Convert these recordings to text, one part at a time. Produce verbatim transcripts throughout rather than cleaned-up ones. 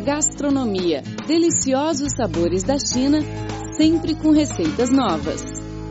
Gastronomia, deliciosos sabores da China, sempre com receitas novas.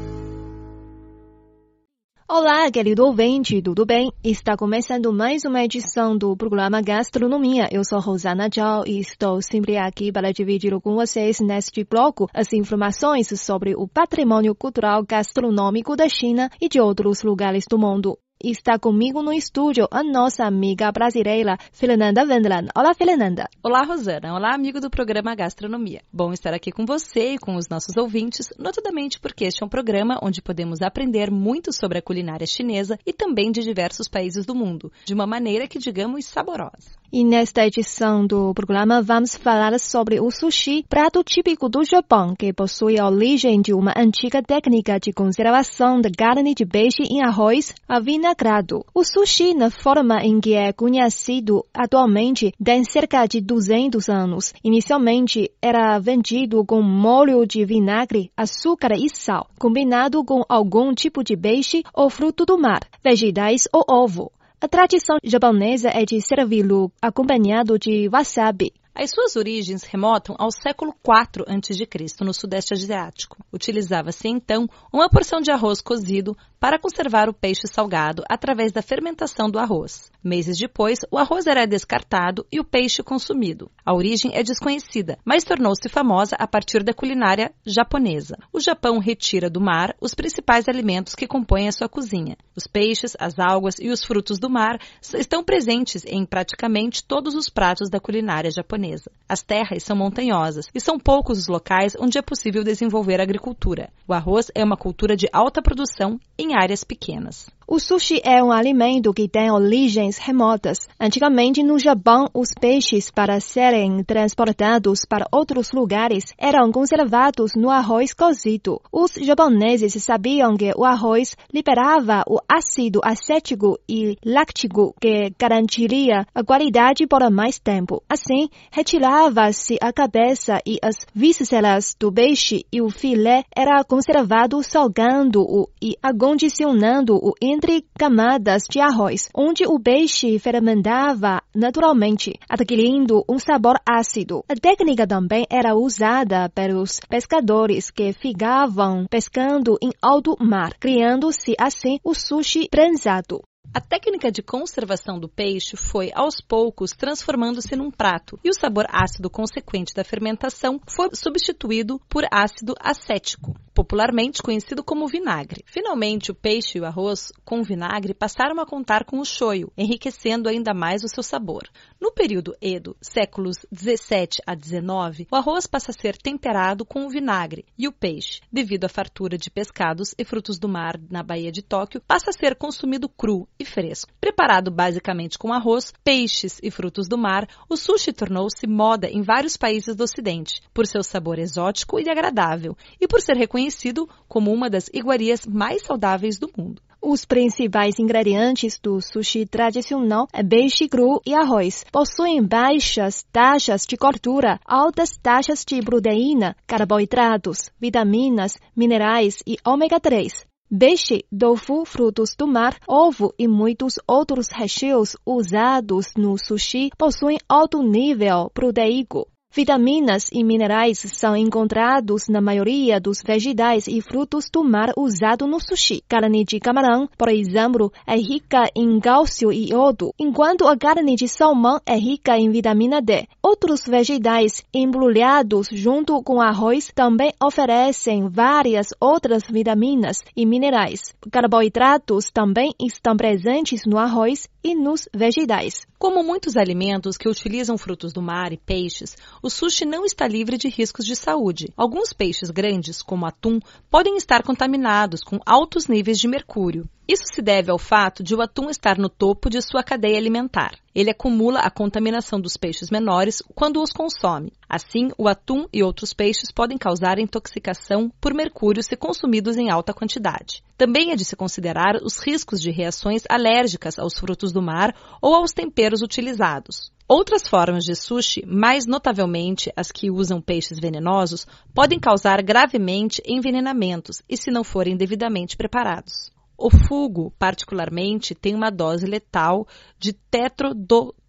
Olá, querido ouvinte, tudo bem? Está começando mais uma edição do programa Gastronomia. Eu sou Rosana Zhao e estou sempre aqui para dividir com vocês neste bloco as informações sobre o patrimônio cultural gastronômico da China e de outros lugares do mundo. Está comigo no estúdio a nossa amiga brasileira, Fernanda Wendland. Olá, Fernanda. Olá, Rosana. Olá, amigo do programa Gastronomia. Bom estar aqui com você e com os nossos ouvintes, notadamente porque este é um programa onde podemos aprender muito sobre a culinária chinesa e também de diversos países do mundo, de uma maneira que, digamos, saborosa. E nesta edição do programa vamos falar sobre o sushi, prato típico do Japão, que possui a origem de uma antiga técnica de conservação da carne de peixe em arroz avinagrado. O sushi, na forma em que é conhecido atualmente, tem cerca de duzentos anos. Inicialmente, era vendido com molho de vinagre, açúcar e sal, combinado com algum tipo de peixe ou fruto do mar, vegetais ou ovo. A tradição japonesa é de servi-lo acompanhado de wasabi. As suas origens remontam ao século quatro antes de Cristo, no Sudeste Asiático. Utilizava-se, então, uma porção de arroz cozido para conservar o peixe salgado através da fermentação do arroz. Meses depois, o arroz era descartado e o peixe consumido. A origem é desconhecida, mas tornou-se famosa a partir da culinária japonesa. O Japão retira do mar os principais alimentos que compõem a sua cozinha. Os peixes, as algas e os frutos do mar estão presentes em praticamente todos os pratos da culinária japonesa. As terras são montanhosas e são poucos os locais onde é possível desenvolver a agricultura. O arroz é uma cultura de alta produção em áreas pequenas. O sushi é um alimento que tem origens remotas. Antigamente, no Japão, os peixes, para serem transportados para outros lugares, eram conservados no arroz cozido. Os japoneses sabiam que o arroz liberava o ácido acético e láctico que garantiria a qualidade por mais tempo. Assim, retirava-se a cabeça e as vísceras do peixe e o filé era conservado salgando-o e acondicionando-o entre camadas de arroz, onde o peixe fermentava naturalmente, adquirindo um sabor ácido. A técnica também era usada pelos pescadores que ficavam pescando em alto mar, criando-se assim o sushi prensado. A técnica de conservação do peixe foi, aos poucos, transformando-se num prato, e o sabor ácido consequente da fermentação foi substituído por ácido acético, popularmente conhecido como vinagre. Finalmente, o peixe e o arroz com vinagre passaram a contar com o shoyu, enriquecendo ainda mais o seu sabor. No período Edo, séculos dezessete a dezenove, o arroz passa a ser temperado com o vinagre, e o peixe, devido à fartura de pescados e frutos do mar na Baía de Tóquio, passa a ser consumido cru e fresco. Preparado basicamente com arroz, peixes e frutos do mar, o sushi tornou-se moda em vários países do Ocidente, por seu sabor exótico e agradável, e por ser reconhecido como uma das iguarias mais saudáveis do mundo. Os principais ingredientes do sushi tradicional é peixe cru e arroz. Possuem baixas taxas de gordura, altas taxas de proteína, carboidratos, vitaminas, minerais e ômega três. Peixe, tofu, frutos do mar, ovo e muitos outros recheios usados no sushi possuem alto nível proteico. Vitaminas e minerais são encontrados na maioria dos vegetais e frutos do mar usados no sushi. Carne de camarão, por exemplo, é rica em cálcio e iodo, enquanto a carne de salmão é rica em vitamina D. Outros vegetais embrulhados junto com arroz também oferecem várias outras vitaminas e minerais. Carboidratos também estão presentes no arroz e nos vegetais. Como muitos alimentos que utilizam frutos do mar e peixes, o sushi não está livre de riscos de saúde. Alguns peixes grandes, como atum, podem estar contaminados com altos níveis de mercúrio. Isso se deve ao fato de o atum estar no topo de sua cadeia alimentar. Ele acumula a contaminação dos peixes menores quando os consome. Assim, o atum e outros peixes podem causar intoxicação por mercúrio se consumidos em alta quantidade. Também é de se considerar os riscos de reações alérgicas aos frutos do mar ou aos temperos utilizados. Outras formas de sushi, mais notavelmente as que usam peixes venenosos, podem causar gravemente envenenamentos e se não forem devidamente preparados. O fugu, particularmente, tem uma dose letal de tetrodotoxina.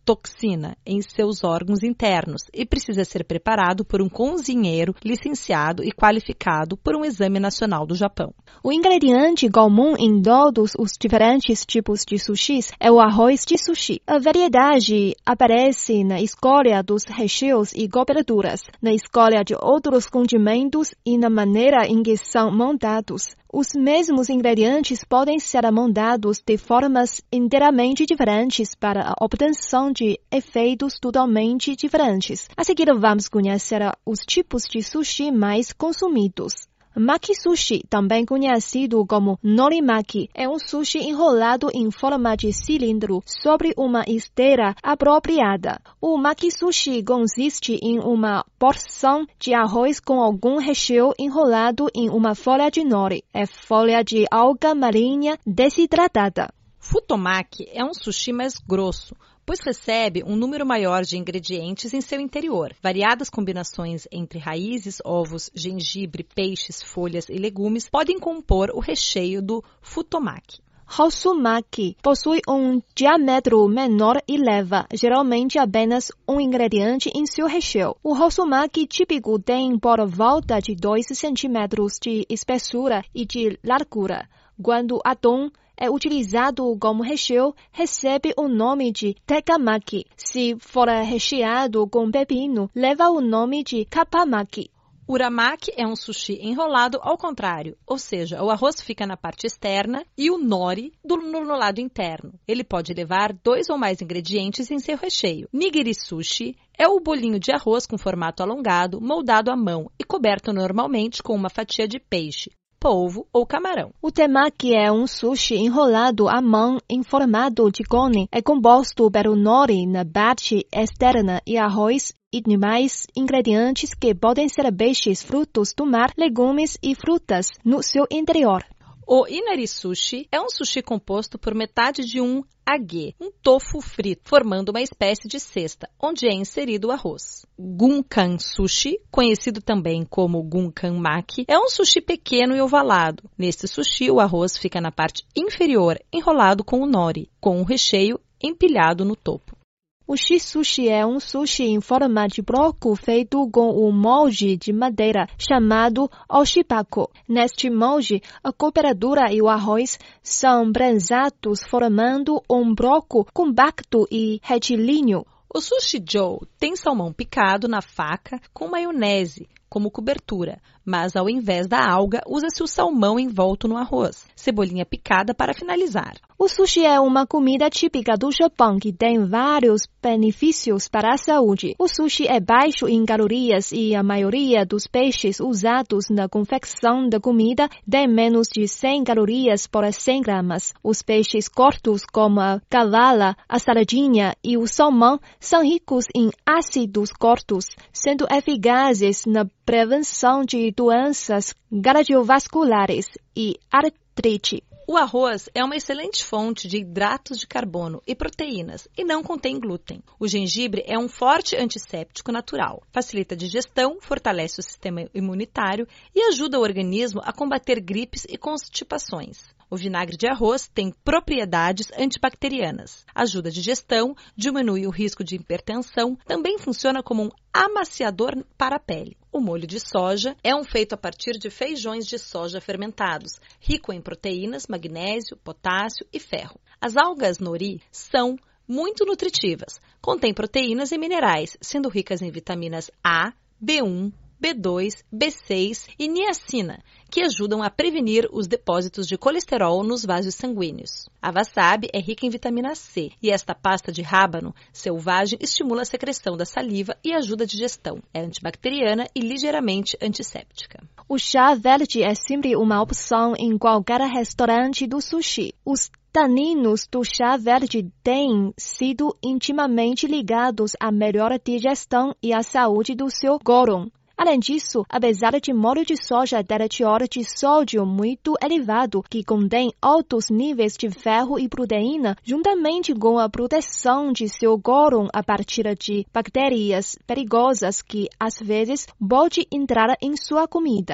toxina em seus órgãos internos e precisa ser preparado por um cozinheiro licenciado e qualificado por um exame nacional do Japão. O ingrediente comum em todos os diferentes tipos de sushis é o arroz de sushi. A variedade aparece na escolha dos recheios e coberturas, na escolha de outros condimentos e na maneira em que são montados. Os mesmos ingredientes podem ser montados de formas inteiramente diferentes para a obtenção de efeitos totalmente diferentes. A seguir, vamos conhecer os tipos de sushi mais consumidos. Maki sushi, também conhecido como norimaki, é um sushi enrolado em forma de cilindro sobre uma esteira apropriada. O maki sushi consiste em uma porção de arroz com algum recheio enrolado em uma folha de nori, é folha de alga marinha desidratada. Futomaki é um sushi mais grosso, pois recebe um número maior de ingredientes em seu interior. Variadas combinações entre raízes, ovos, gengibre, peixes, folhas e legumes podem compor o recheio do futomaki. Rossumaki possui um diâmetro menor e leva, geralmente, apenas um ingrediente em seu recheio. O rossumaki típico tem por volta de dois centímetros de espessura e de largura. Quando o atum é utilizado como recheio, recebe o nome de tekamaki. Se for recheado com pepino, leva o nome de kappamaki. Uramaki é um sushi enrolado ao contrário, ou seja, o arroz fica na parte externa e o nori do, no, no lado interno. Ele pode levar dois ou mais ingredientes em seu recheio. Nigiri sushi é o bolinho de arroz com formato alongado, moldado à mão e coberto normalmente com uma fatia de peixe, polvo ou camarão. O temaki é um sushi enrolado à mão em formato de cone. É composto pelo nori na parte externa e arroz e demais ingredientes que podem ser peixes, frutos do mar, legumes e frutas no seu interior. O inari sushi é um sushi composto por metade de um age, um tofu frito, formando uma espécie de cesta, onde é inserido o arroz. Gunkan sushi, conhecido também como gunkan maki, é um sushi pequeno e ovalado. Neste sushi, o arroz fica na parte inferior, enrolado com o nori, com o recheio empilhado no topo. O shi-sushi é um sushi em forma de bloco feito com um molde de madeira chamado oshibako. Neste molde, a cobertura e o arroz são prensados formando um bloco compacto e retilíneo. O sushi joe tem salmão picado na faca com maionese como cobertura, mas ao invés da alga, usa-se o salmão envolto no arroz, cebolinha picada para finalizar. O sushi é uma comida típica do Japão que tem vários benefícios para a saúde. O sushi é baixo em calorias e a maioria dos peixes usados na confecção da comida tem menos de cem calorias por cem gramas. Os peixes curtos como a cavala, a sardinha e o salmão são ricos em ácidos curtos, sendo eficazes na prevenção de doenças cardiovasculares e artrite. O arroz é uma excelente fonte de hidratos de carbono e proteínas e não contém glúten. O gengibre é um forte antisséptico natural, facilita a digestão, fortalece o sistema imunitário e ajuda o organismo a combater gripes e constipações. O vinagre de arroz tem propriedades antibacterianas, ajuda a digestão, diminui o risco de hipertensão, também funciona como um amaciador para a pele. O molho de soja é um feito a partir de feijões de soja fermentados, rico em proteínas, magnésio, potássio e ferro. As algas nori são muito nutritivas, contêm proteínas e minerais, sendo ricas em vitaminas A, B um, B dois, B seis e niacina, que ajudam a prevenir os depósitos de colesterol nos vasos sanguíneos. A wasabi é rica em vitamina C e esta pasta de rábano selvagem estimula a secreção da saliva e ajuda a digestão. É antibacteriana e ligeiramente antisséptica. O chá verde é sempre uma opção em qualquer restaurante do sushi. Os taninos do chá verde têm sido intimamente ligados à melhor digestão e à saúde do seu côlon. Além disso, apesar de molho de soja ter teor de sódio muito elevado, que contém altos níveis de ferro e proteína, juntamente com a proteção de seu côlon a partir de bactérias perigosas que, às vezes, pode entrar em sua comida.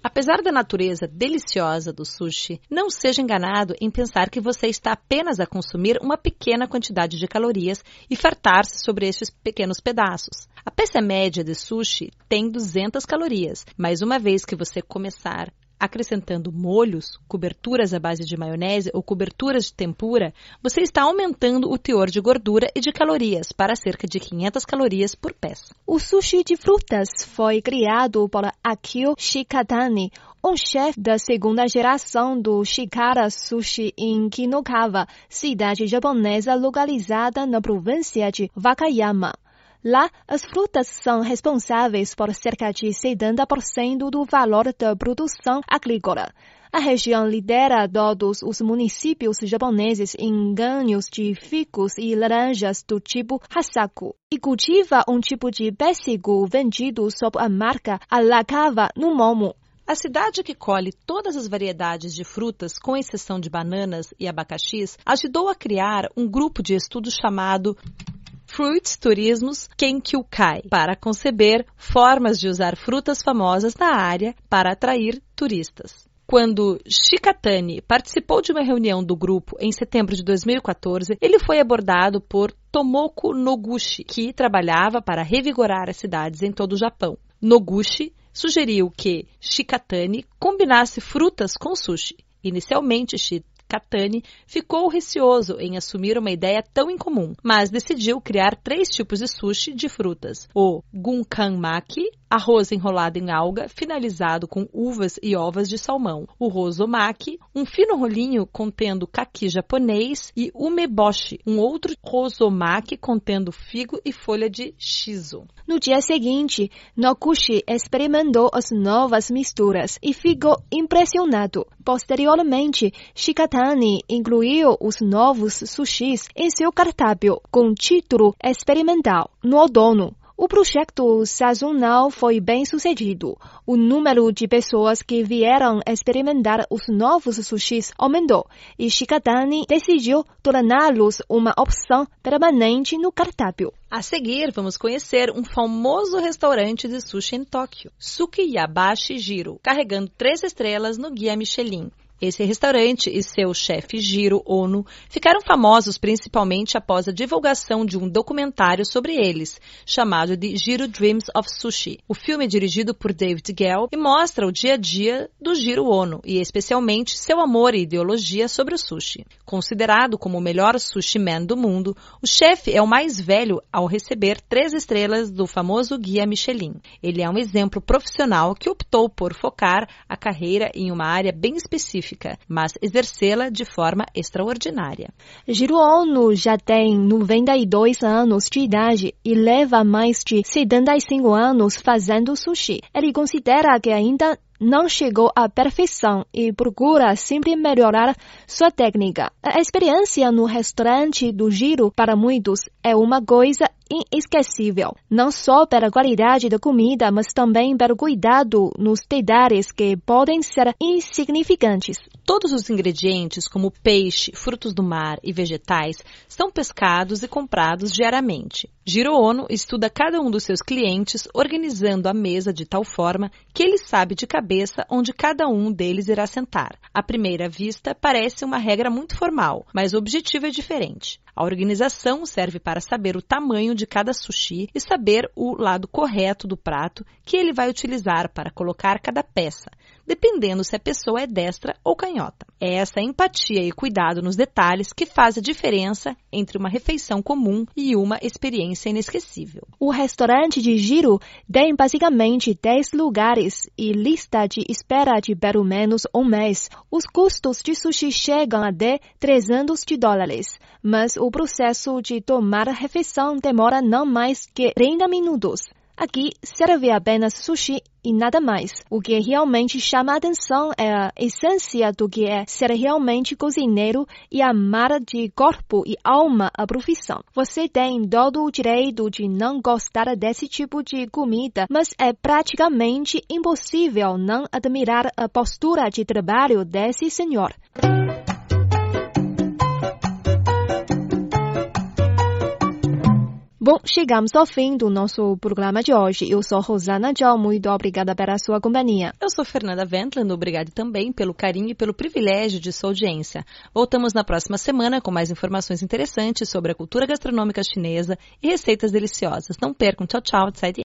Apesar da natureza deliciosa do sushi, não seja enganado em pensar que você está apenas a consumir uma pequena quantidade de calorias e fartar-se sobre estes pequenos pedaços. A peça média de sushi tem duzentas calorias, mas uma vez que você começar acrescentando molhos, coberturas à base de maionese ou coberturas de tempura, você está aumentando o teor de gordura e de calorias para cerca de quinhentas calorias por peça. O sushi de frutas foi criado por Akio Shikatani, um chefe da segunda geração do Shikara Sushi em Kinokawa, cidade japonesa localizada na província de Wakayama. Lá, as frutas são responsáveis por cerca de setenta por cento do valor da produção agrícola. A região lidera todos os municípios japoneses em ganhos de figos e laranjas do tipo Hasaku e cultiva um tipo de pêssego vendido sob a marca Arakawa no Momo. A cidade que colhe todas as variedades de frutas, com exceção de bananas e abacaxis, ajudou a criar um grupo de estudo chamado Fruits Turismos Kenkyukai, para conceber formas de usar frutas famosas na área para atrair turistas. Quando Shikatani participou de uma reunião do grupo em setembro de dois mil e quatorze, ele foi abordado por Tomoko Noguchi, que trabalhava para revigorar as cidades em todo o Japão. Noguchi sugeriu que Shikatani combinasse frutas com sushi. Inicialmente, Shikatani ficou receoso em assumir uma ideia tão incomum, mas decidiu criar três tipos de sushi de frutas: o gunkanmaki, arroz enrolado em alga, finalizado com uvas e ovas de salmão; o rosomaki, um fino rolinho contendo caqui japonês; e umeboshi, um outro rosomaki contendo figo e folha de shiso. No dia seguinte, Noguchi experimentou as novas misturas e ficou impressionado. Posteriormente, Shikatani incluiu os novos sushis em seu cardápio com título experimental no outono. O projeto sazonal foi bem sucedido. O número de pessoas que vieram experimentar os novos sushis aumentou e Shikatani decidiu torná-los uma opção permanente no cardápio. A seguir, vamos conhecer um famoso restaurante de sushi em Tóquio, Sukiyabashi Jiro, carregando três estrelas no Guia Michelin. Esse restaurante e seu chefe Jiro Ono ficaram famosos principalmente após a divulgação de um documentário sobre eles, chamado de Jiro Dreams of Sushi. O filme é dirigido por David Gell e mostra o dia a dia do Jiro Ono e especialmente seu amor e ideologia sobre o sushi. Considerado como o melhor sushi man do mundo, o chefe é o mais velho ao receber três estrelas do famoso Guia Michelin. Ele é um exemplo profissional que optou por focar a carreira em uma área bem específica, mas exercê-la de forma extraordinária. Jiro Ono já tem noventa e dois anos de idade e leva mais de setenta e cinco anos fazendo sushi. Ele considera que ainda não chegou à perfeição e procura sempre melhorar sua técnica. A experiência no restaurante do Jiro, para muitos, é uma coisa inesquecível, não só pela qualidade da comida, mas também pelo cuidado nos detalhes que podem ser insignificantes. Todos os ingredientes, como peixe, frutos do mar e vegetais, são pescados e comprados diariamente. Jiro Ono estuda cada um dos seus clientes, organizando a mesa de tal forma que ele sabe de cabeça onde cada um deles irá sentar. À primeira vista, parece uma regra muito formal, mas o objetivo é diferente. A organização serve para saber o tamanho de cada sushi e saber o lado correto do prato que ele vai utilizar para colocar cada peça, dependendo se a pessoa é destra ou canhota. É essa empatia e cuidado nos detalhes que faz a diferença entre uma refeição comum e uma experiência inesquecível. O restaurante de Jiro tem basicamente dez lugares e lista de espera de pelo menos um mês. Os custos de sushi chegam até trezentos dólares, mas o processo de tomar a refeição demora não mais que trinta minutos. Aqui serve apenas sushi e nada mais. O que realmente chama a atenção é a essência do que é ser realmente cozinheiro e amar de corpo e alma a profissão. Você tem todo o direito de não gostar desse tipo de comida, mas é praticamente impossível não admirar a postura de trabalho desse senhor. Bom, chegamos ao fim do nosso programa de hoje. Eu sou Rosana Zhao, muito obrigada pela sua companhia. Eu sou Fernanda Wendland, obrigada também pelo carinho e pelo privilégio de sua audiência. Voltamos na próxima semana com mais informações interessantes sobre a cultura gastronômica chinesa e receitas deliciosas. Não percam, tchau, tchau,